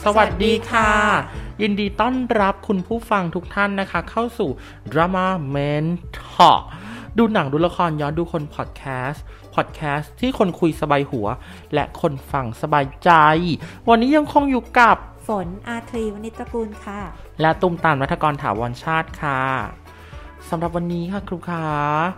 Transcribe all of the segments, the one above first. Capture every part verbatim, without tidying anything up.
สวัสดีค่ะยินดีต้อนรับคุณผู้ฟังทุกท่านนะคะเข้าสู่ Drama Mentor ดูหนังดูละครย้อนดูคนพอดแคสต์พอดแคสต์ที่คนคุยสบายหัวและคนฟังสบายใจวันนี้ยังคงอยู่กับฝนอาทรีวณิชตระกูลค่ะและตุ้มตามวัฒกรถาวรชาติค่ะสำหรับวันนี้ค่ะครูขา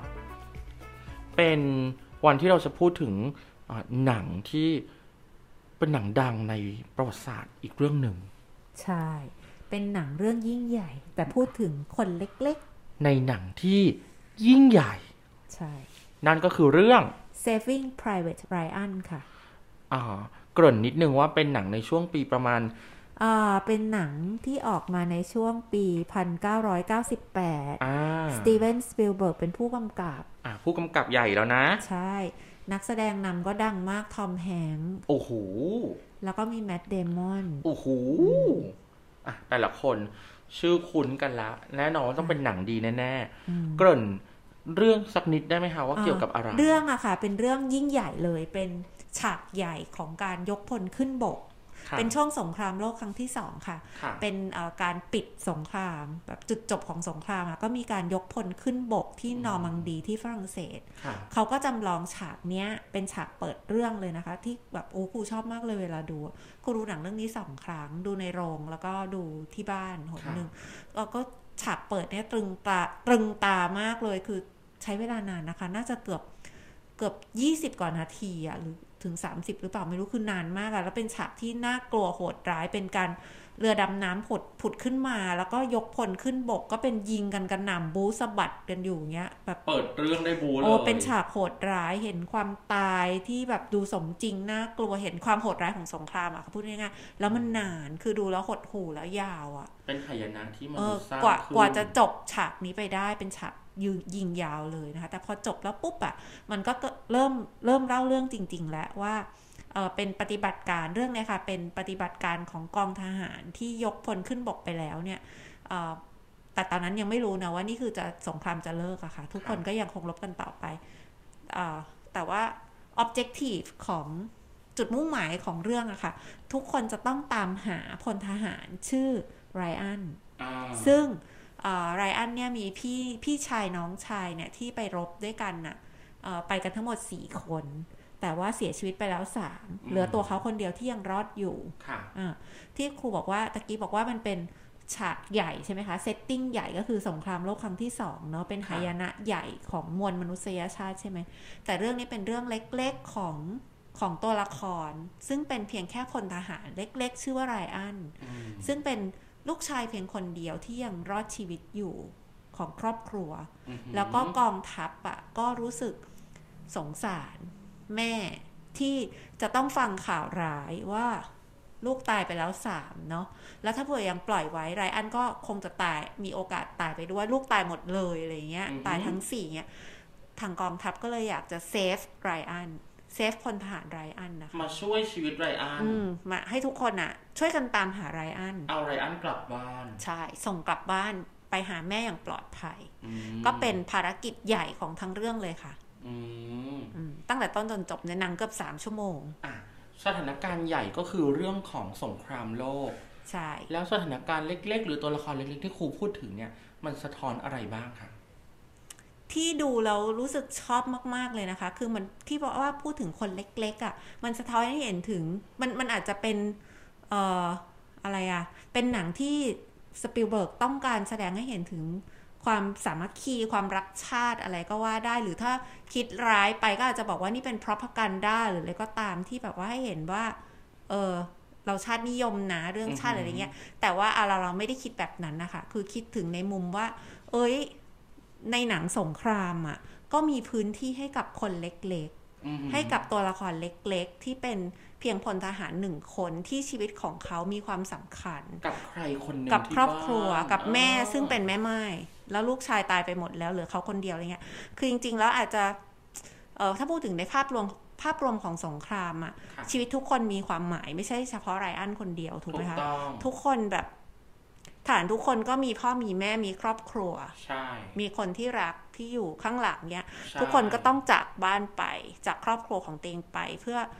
เป็นวันที่เราจะพูดถึงหนังที่เป็นหนังดังในประวัติศาสตร์อีกเรื่องหนึ่งใช่เป็นหนังเรื่องยิ่งใหญ่แต่พูดถึงคนเล็กๆในหนังที่ยิ่งใหญ่ใช่นั่นก็คือเรื่อง Saving Private Ryan ค่ะอ่าเกริ่นนิดนึงว่าเป็นหนังในช่วงปีประมาณอ่าเป็นหนังที่ออกมาในช่วงปีหนึ่งพันเก้าร้อยเก้าสิบแปดอ่าสตีเวนสปิลเบิร์กเป็นผู้กำกับอ่าผู้กำกับใหญ่แล้วนะใช่นักแสดงนำก็ดังมากทอมแฮงค์โอ้โหแล้วก็มีแมทเดมอนโอ้โหอ่ะแต่ละคนชื่อคุ้นกันละแน่นอนว่าต้องเป็นหนังดีแน่ๆเกริ่นเรื่องสักนิดได้ไหมคะว่าเกี่ยวกับอะไรเรื่องอะค่ะเป็นเรื่องยิ่งใหญ่เลยเป็นฉากใหญ่ของการยกพลขึ้นบกเป็นช่วงสงครามโลกครั้งที่สองค่ะเป็นการปิดสงครามแบบจุดจบของสงครามก็มีการยกพลขึ้นบกที่นอร์มังดีที่ฝรั่งเศสเขาก็จำลองฉากเนี้ยเป็นฉากเปิดเรื่องเลยนะคะที่แบบโอ้ครูชอบมากเลยเวลาดูครูดูหนังเรื่องนี้สองครั้งดูในโรงแล้วก็ดูที่บ้านหนหนึ่งแล้วก็ฉากเปิดเนี้ยตรึงตาตรึงตามากเลยคือใช้เวลานานนะคะน่าจะเกือบเกือบยี่สิบกว่านาทีอะหรือถึงสามสิบหรือเปล่าไม่รู้คือนานมากอะแล้วเป็นฉากที่น่ากลัวโหดร้ายเป็นการเรือดำน้ำผุดผุดขึ้นมาแล้วก็ยกพลขึ้นบกก็เป็นยิงกันกระหน่ำบู๊สะบัดกันอยู่เงี้ยแบบเปิดเรื่องได้บู๊เลยโอ้เป็นฉากโหดร้ายเห็นความตายที่แบบดูสมจริงน่ากลัวเห็นความโหดร้ายของสงครามอะพูดง่ายๆแล้วมันนานคือดูแล้วหดหู่แล้วยาวอะเป็นหายนะที่มันสร้างกว่ากว่าจะจบฉากนี้ไปได้เป็นฉากยิงยาวเลยนะคะแต่พอจบแล้วปุ๊บอะมันก็เริ่มเริ่มเล่าเรื่องจริงๆแล้วว่าเออเป็นปฏิบัติการเรื่องนี้ค่ะเป็นปฏิบัติการของกองทหารที่ยกพลขึ้นบกไปแล้วเนี่ยแต่ตอนนั้นยังไม่รู้นะว่านี่คือจะสงครามจะเลิกอะค่ะทุกคนก็ยังคงรบกันต่อไปแต่ว่า objective ของจุดมุ่งหมายของเรื่องอะค่ะทุกคนจะต้องตามหาพลทหารชื่อไรอันซึ่งไรอันเนี่ยมีพี่พี่ชายน้องชายเนี่ยที่ไปรบด้วยกันน่ะไปกันทั้งหมดสี่คนแต่ว่าเสียชีวิตไปแล้วสามเหลือตัวเขาคนเดียวที่ยังรอดอยู่ที่ครูบอกว่าตะกี้บอกว่ามันเป็นฉากใหญ่ใช่ไหมคะเซตติ้งใหญ่ก็คือสงครามโลกครั้งที่สองเนาะเป็นหายนะใหญ่ของมวลมนุษยชาติใช่ไหมแต่เรื่องนี้เป็นเรื่องเล็กๆของของตัวละครซึ่งเป็นเพียงแค่พลทหารเล็กๆชื่อว่าไรอันซึ่งเป็นลูกชายเพียงคนเดียวที่ยังรอดชีวิตอยู่ของครอบครัว mm-hmm. แล้วก็กองทัพอ่ะก็รู้สึกสงสารแม่ที่จะต้องฟังข่าวร้ายว่าลูกตายไปแล้วสามเนาะแล้วถ้าเผื่อยังปล่อยไว้ไรอันก็คงจะตายมีโอกาสตายไปด้วยลูกตายหมดเลยอะไรเงี้ย mm-hmm. ตายทั้งสี่เงี้ยทางกองทัพก็เลยอยากจะเซฟไรอันเซฟพลทหารไรอันนะคะมาช่วยชีวิตไรอันมาให้ทุกคนอ่ะช่วยกันตามหาไรอันเอาไรอันกลับบ้านใช่ส่งกลับบ้านไปหาแม่อย่างปลอดภัยก็เป็นภารกิจใหญ่ของทั้งเรื่องเลยค่ะตั้งแต่ต้นจนจบในหนังเกือบสามชั่วโมงอ่ะสถานการณ์ใหญ่ก็คือเรื่องของสงครามโลกใช่แล้วสถานการณ์เล็กๆหรือตัวละครเล็กๆที่ครูพูดถึงเนี่ยมันสะท้อนอะไรบ้างคะที่ดูแล้วรู้สึกชอบมากๆเลยนะคะคือมันที่บอกว่าพูดถึงคนเล็กๆอ่ะมันสะท้อนให้เห็นถึงมันมันอาจจะเป็นเอ่ออะไรอ่ะเป็นหนังที่สปิลเบิร์กต้องการแสดงให้เห็นถึงความสามัคคีความรักชาติอะไรก็ว่าได้หรือถ้าคิดร้ายไปก็อาจจะบอกว่านี่เป็น propaganda หรืออะไรก็ตามที่แบบว่าให้เห็นว่าเออเราชาตินิยมนะเรื่องชาติ mm-hmm. อะไรเงี้ยแต่ว่าเราเราไม่ได้คิดแบบนั้นนะคะคือคิดถึงในมุมว่าเอ้ยในหนังสงครามอ่ะก็มีพื้นที่ให้กับคนเล็กๆ mm-hmm. ให้กับตัวละครเล็กๆที่เป็นเพียงพลทหารหนึ่งคนที่ชีวิตของเขามีความสำคัญกับใครคนนึงกับครอบครัวกับแม่ซึ่งเป็นแม่ไม้แล้วลูกชายตายไปหมดแล้วเหลือเขาคนเดียวอะไรเงี้ยคือจริงๆแล้วอาจจะเออถ้าพูดถึงในภาพรวมภาพรวมของสงครามอ่ะชีวิตทุกคนมีความหมายไม่ใช่เฉพาะไรอันคนเดียวถูกไหมคะทุกคนแบบฐานทุกคนก็มีพ่อมีแม่มีครอบครัวใช่มีคนที่รักที่อยู่ข้างหลังเนี้ยทุกคนก็ต้องจากบ้านไปจากครอบครัวของตัวเองไปเพื่อไป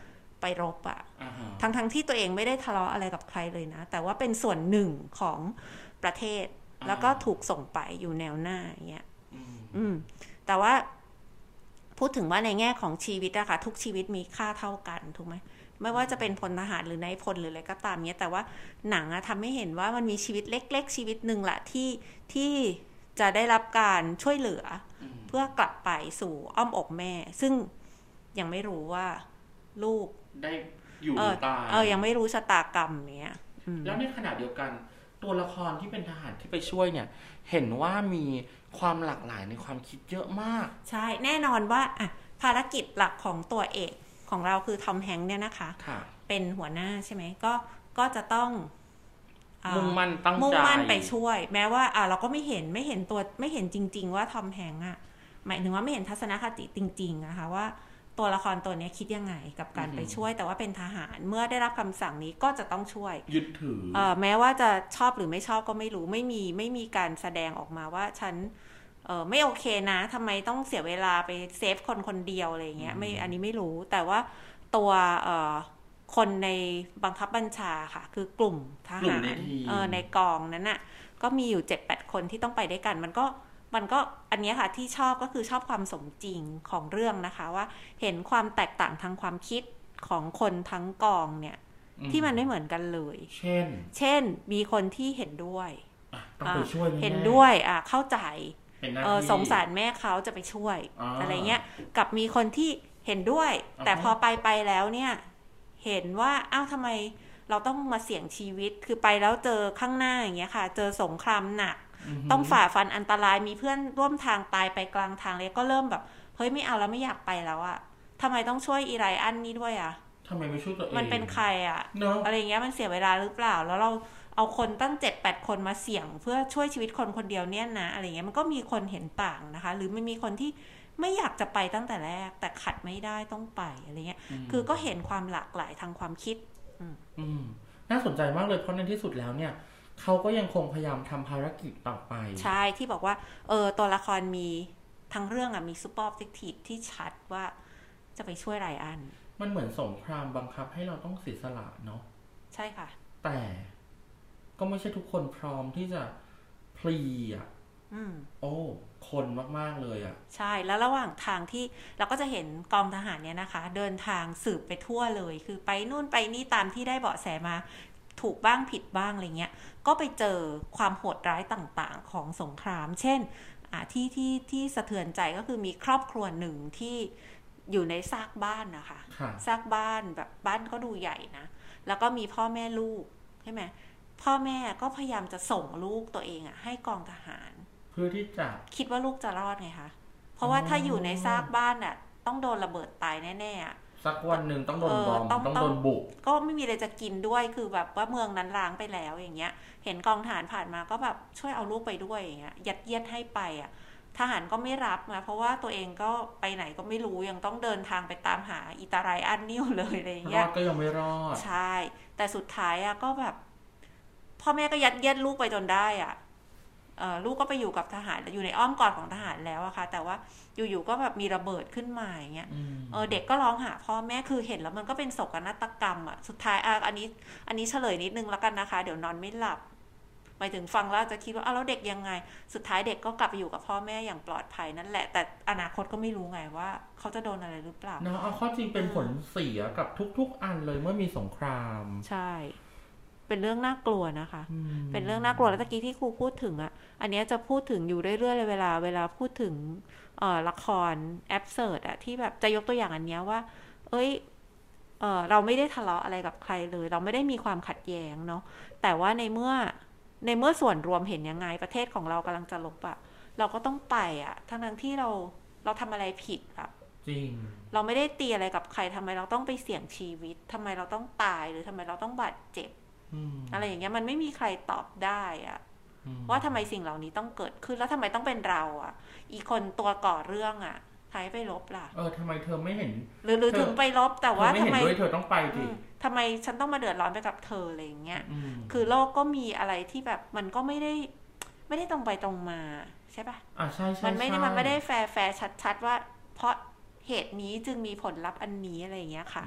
ไปรบอะ uh-huh. ทั้งทั้งที่ตัวเองไม่ได้ทะเลาะอะไรกับใครเลยนะแต่ว่าเป็นส่วนหนึ่งของประเทศ uh-huh. แล้วก็ถูกส่งไปอยู่แนวหน้าอย่างเงี้ย uh-huh. อืมแต่ว่าพูดถึงว่าในแง่ของชีวิตอะค่ะทุกชีวิตมีค่าเท่ากันถูกไหมไม่ว่าจะเป็นพลทหารหรือนายพลหรืออะไรก็ตามเนี้ยแต่ว่าหนังอะทำให้เห็นว่ามันมีชีวิตเล็กๆชีวิตหนึ่งแหละที่ที่จะได้รับการช่วยเหลือ uh-huh. เพื่อกลับไปสู่อ้อมอกแม่ซึ่งยังไม่รู้ว่าลูกได้อยู่หรือตายเออยังไม่รู้ชะตากรรมเนี้ยแล้วในขณะเดียวกันตัวละครที่เป็นทหารที่ไปช่วยเนี่ยเห็นว่ามีความหลากหลายในความคิดเยอะมากใช่แน่นอนว่าอ่ะภารกิจหลักของตัวเอกของเราคือทอมแฮงค์เนี่ยนะคะเป็นหัวหน้าใช่ไหมก็ก็จะต้องมุ่งมั่นตั้งใจมุ่งมั่นไปช่วยแม้ว่าอ่ะเราก็ไม่เห็นไม่เห็นตัวไม่เห็นจริงๆว่าทอมแฮงค์อ่ะหมายถึงว่าไม่เห็นทัศนคติจริงๆนะคะว่าตัวละครตัวนี้คิดยังไงกับการไปช่วยแต่ว่าเป็นทหารเมื่อได้รับคำสั่งนี้ก็จะต้องช่วยยึดถือเอ่อแม้ว่าจะชอบหรือไม่ชอบก็ไม่รู้ไม่มีไม่มีการแสดงออกมาว่าฉันเอ่อไม่โอเคนะทำไมต้องเสียเวลาไปเซฟคนคนเดียวอะไรเงี้ยไม่อันนี้ไม่รู้แต่ว่าตัวเอ่อคนในบังคับบัญชาค่ะคือกลุ่มทหารเอ่อในกองนั้นน่ะก็มีอยู่ เจ็ดแปด คนที่ต้องไปด้วยกันมันก็มันก็อันนี้ค่ะที่ชอบก็คือชอบความสมจริงของเรื่องนะคะว่าเห็นความแตกต่างทางความคิดของคนทั้งกองเนี่ยที่มันไม่เหมือนกันเลยเช่นเช่นมีคนที่เห็นด้วยต้องไปช่วยเห็นด้วยอ่ะเข้าใจเออสงสารแม่เขาจะไปช่วยอะไรเงี้ยกับมีคนที่เห็นด้วยแต่พอไปไปแล้วเนี่ยเห็นว่าอ้าวทำไมเราต้องมาเสี่ยงชีวิตคือไปแล้วเจอข้างหน้าอย่างเงี้ยค่ะเจอสงครามหนักต้องฝ่าฟันอันตรายมีเพื่อนร่วมทางตายไปกลางทางเลยก็เริ่มแบบเฮ้ยไม่เอาแล้วไม่อยากไปแล้วอะทำไมต้องช่วยอีไรอันนี้ด้วยอะทำไมไม่ช่วยตัวเองมันเป็นใครอะ no. อะไรเงี้ยมันเสียเวลาหรือเปล่าแล้วเราเอาคนตั้ง เจ็ดแปด คนมาเสี่ยงเพื่อช่วยชีวิตคนคนเดียวเนี่ยนะอะไรเงี้ยมันก็มีคนเห็นต่างนะคะหรือมันมีคนที่ไม่อยากจะไปตั้งแต่แรกแต่ขัดไม่ได้ต้องไปอะไรเงี้ยคือก็เห็นความหลากหลายทางความคิดอืมน่าสนใจมากเลยเพราะในที่สุดแล้วเนี่ยเขาก็ยังคงพยายามทำภารกิจต่อไปใช่ที่บอกว่าเออตัวละครมีทั้งเรื่องอะมีซูเปอร์ออบเจกทีฟที่ชัดว่าจะไปช่วยไรอันมันเหมือนสงครามบังคับให้เราต้องเสียสละเนาะใช่ค่ะแต่ก็ไม่ใช่ทุกคนพร้อมที่จะพลีอ่ะอืมโอ้คนมากๆเลยอ่ะใช่แล้วระหว่างทางที่เราก็จะเห็นกองทหารเนี่ยนะคะเดินทางสืบไปทั่วเลยคือไปนู่นไปนี่ตามที่ได้เบาะแสมาถูกบ้างผิดบ้างอะไรเงี้ยก็ไปเจอความโหดร้ายต่างๆของสงครามเช่นอ่าที่ที่ที่สะเทือนใจก็คือมีครอบครัวหนึ่งที่อยู่ในซากบ้านนะคะซากบ้านแบบบ้านก็ดูใหญ่นะแล้วก็มีพ่อแม่ลูกใช่ไหมพ่อแม่ก็พยายามจะส่งลูกตัวเองอะให้กองทหารเพื่อที่จะคิดว่าลูกจะรอดไงคะเพราะว่าถ้าอยู่ในซากบ้านอะต้องโดนระเบิดตายแน่ๆสักวันหนึ่งต้องโดนบอมต้องโดนบุกก็ไม่มีอะไรจะกินด้วยคือแบบว่าเมืองนั้นร้างไปแล้วอย่างเงี้ยเห็นกองทหารผ่านมาก็แบบช่วยเอาลูกไปด้วยอย่างเงี้ยยัดเยียดให้ไปอ่ะทหารก็ไม่รับนะเพราะว่าตัวเองก็ไปไหนก็ไม่รู้ยังต้องเดินทางไปตามหาอิตาไรอันนิ่วเลยอะไรอย่างเงี้ยรอดก็ยังไม่รอดใช่แต่สุดท้ายอ่ะก็แบบพ่อแม่ก็ยัดเยียดลูกไปจนได้อ่ะเอ่อลูกก็ไปอยู่กับทหารอยู่ในอ้อมกอดของทหารแล้วอะค่ะแต่ว่าอยู่ๆก็แบบมีระเบิดขึ้นมาอย่างเงี้ยเออเด็กก็ร้องหาพ่อแม่คือเห็นแล้วมันก็เป็นโศกนาฏกรรมอะสุดท้ายอ่ะอันนี้อันนี้เฉลยนิดนึงแล้วกันนะคะเดี๋ยวนอนไม่หลับหมายถึงฟังแล้วจะคิดว่าอ้าวแล้วเด็กยังไงสุดท้ายเด็กก็กลับไปอยู่กับพ่อแม่อย่างปลอดภัยนั่นแหละแต่อนาคตก็ไม่รู้ไงว่าเขาจะโดนอะไรหรือเปล่าเนาะเอาข้อจริงเป็นผลเสียกับทุกๆอันเลยเมื่อมีสงครามใช่เป็นเรื่องน่ากลัวนะคะเป็นเรื่องน่ากลัวแล้วตะกี้ที่ครูพูดถึงอ่ะอันนี้จะพูดถึงอยู่เรื่อยๆเลยเวลาเวลาพูดถึงเอ่อละครแอปเซิร์ดอ่ะที่แบบจะยกตัวอย่างอันเนี้ยว่าเอ้ยเอ่อเราไม่ได้ทะเลาะอะไรกับใครเลยเราไม่ได้มีความขัดแย้งเนาะแต่ว่าในเมื่อในเมื่อส่วนรวมเห็นยังไงประเทศของเรากำลังจะลบอ่ะเราก็ต้องไปอ่ะทั้งนั้นที่เราเราทำอะไรผิดอ่ะจริงเราไม่ได้ตีอะไรกับใครทำไมเราต้องไปเสี่ยงชีวิตทำไมเราต้องตายหรือทำไมเราต้องบาดเจ็บอะไรอย่างเงี้ยมันไม่มีใครตอบได้อะว่าทำไมสิ่งเหล่านี้ต้องเกิดขึ้นแล้วทำไมต้องเป็นเราอ่ะอีกคนตัวก่อเรื่องอ่ะใครไปลบล่ะเออทำไมเธอไม่เห็นหรือหรือถึงไปลบแต่ว่าทำไมเธอต้องไปดิทำไมฉันต้องมาเดือดร้อนไปกับเธออะไรอย่างเงี้ยคือโลกก็มีอะไรที่แบบมันก็ไม่ได้ไม่ได้ตรงไปตรงมาใช่ป่ะอ่าใช่ใช่มันไม่ได้มันไม่ได้แฟร์แฟร์ชัดๆว่าเพราะเหตุนี้จึงมีผลลัพธ์อันนี้อะไรอย่างเงี้ยค่ะ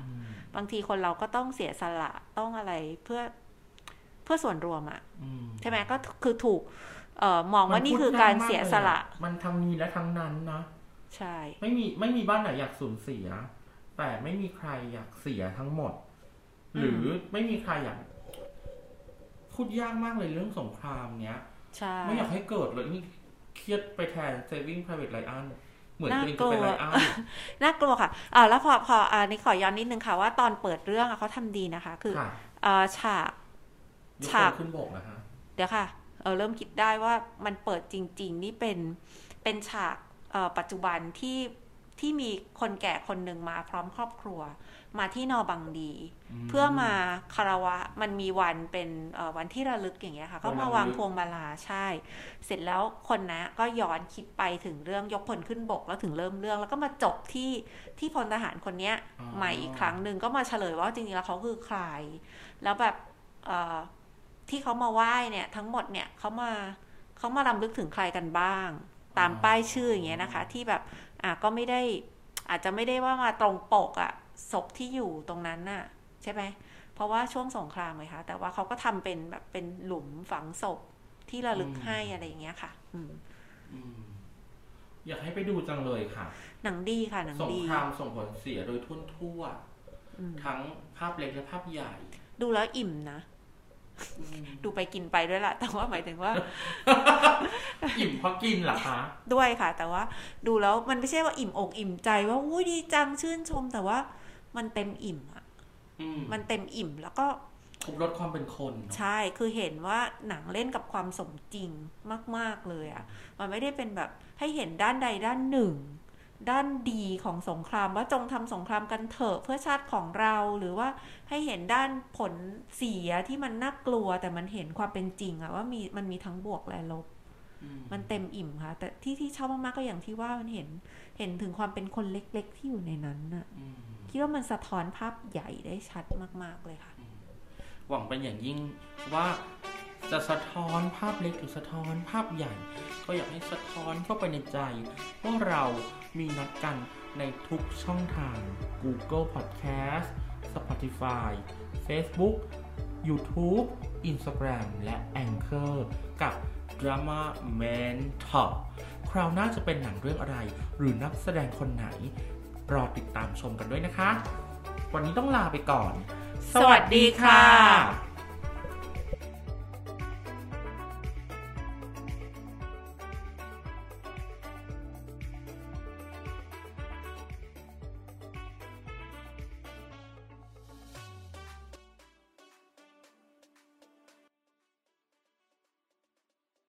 บางทีคนเราก็ต้องเสียสละต้องอะไรเพื่อเพื่อส่วนรวมอ่ะใช่ไหมก็คือถูกเอ่อมองว่านี่คือการเสียสละมันทั้งนี้และทั้งนั้นนะใช่ไม่มีไม่มีบ้านไหนอยากสูญเสียแต่ไม่มีใครอยากเสียทั้งหมดหรือไม่มีใครอยากพูดยากมากเลยเรื่องสงครามเนี้ยไม่อยากให้เกิดเลยนี่เครียดไปแทน Saving Private Ryan เหมือนตัวเองจะเป็น Ryan น่ากลัวค่ะอ่าแล้วพอพออันนี้ขอย้อนนิดนึงค่ะว่าตอนเปิดเรื่องเขาทำดีนะคะคืออ่าฉากฉากขึ้นบกนะฮะเดี๋ยวค่ะเออเริ่มคิดได้ว่ามันเปิดจริงๆนี่เป็นเป็นฉากเอ่อปัจจุบันที่ที่มีคนแก่คนหนึ่งมาพร้อมครอบครัวมาที่นอบังดีเพื่อมาคารวะมันมีวันเป็นวันที่ระลึกอย่างเงี้ยค่ะก็มาวางพวงมาลาใช่เสร็จแล้วคนนะก็ย้อนคิดไปถึงเรื่องยกพลขึ้นบกแล้วถึงเริ่มเรื่องแล้วก็มาจบที่ที่พลทหารคนนี้ใหม่อีกครั้งหนึ่งก็มาเฉลยว่าจริงๆแล้วเขาคือใครแล้วแบบที่เขามาไหว้เนี่ยทั้งหมดเนี่ยเขามาเขามารำลึกถึงใครกันบ้างตามป้ายชื่ออย่างเงี้ยนะคะที่แบบอ่ะก็ไม่ได้อาจจะไม่ได้ว่ามาตรงปกอ่ะศพที่อยู่ตรงนั้นน่ะใช่ไหมเพราะว่าช่วงสงครามไงคะแต่ว่าเขาก็ทำเป็นแบบเป็นหลุมฝังศพที่ระลึกให้อะไรอย่างเงี้ยค่ะอืมอยากให้ไปดูจังเลยค่ะหนังดีค่ะหนังดีสงครามส่งผลเสียโดยทุ่นทั่วทั้งภาพเล็กและภาพใหญ่ดูแล้วอิ่มนะดูไปกินไปด้วยล่ะแต่ว่าหมายถึงว่าอิ่มเพราะกินเหรอคะด้วยค่ะแต่ว่าดูแล้วมันไม่ใช่ว่าอิ่มอกอิ่มใจว่าอุ้ยดีจังชื่นชมแต่ว่ามันเต็มอิ่มอ่ะมันเต็มอิ่มแล้วก็ครบรสความเป็นคนใช่คือเห็นว่าหนังเล่นกับความสมจริงมากๆเลยอ่ะมันไม่ได้เป็นแบบให้เห็นด้านใดด้านหนึ่งด้านดีของสงครามว่าจงทำสงครามกันเถอะเพื่อชาติของเราหรือว่าให้เห็นด้านผลเสียที่มันน่ากลัวแต่มันเห็นความเป็นจริงอะว่ามีมันมีทั้งบวกและลบมันเต็มอิ่มค่ะแต่ที่ที่ชอบมากๆก็อย่างที่ว่ามันเห็นเห็นถึงความเป็นคนเล็กๆที่อยู่ในนั้นน่ะคิดว่ามันสะท้อนภาพใหญ่ได้ชัดมากๆเลยค่ะหวังเป็นอย่างยิ่งว่าจะสะท้อนภาพเล็กหรือสะท้อนภาพใหญ่ก็อยากให้สะท้อนเข้าไปในใจว่าเรามีนัดกันในทุกช่องทาง Google Podcast Spotify Facebook YouTube Instagram และ Anchor กับ Drama Mentor คราวหน้าจะเป็นหนังเรื่องอะไรหรือนักแสดงคนไหนรอติดตามชมกันด้วยนะคะวันนี้ต้องลาไปก่อนสวัสดีค่ะ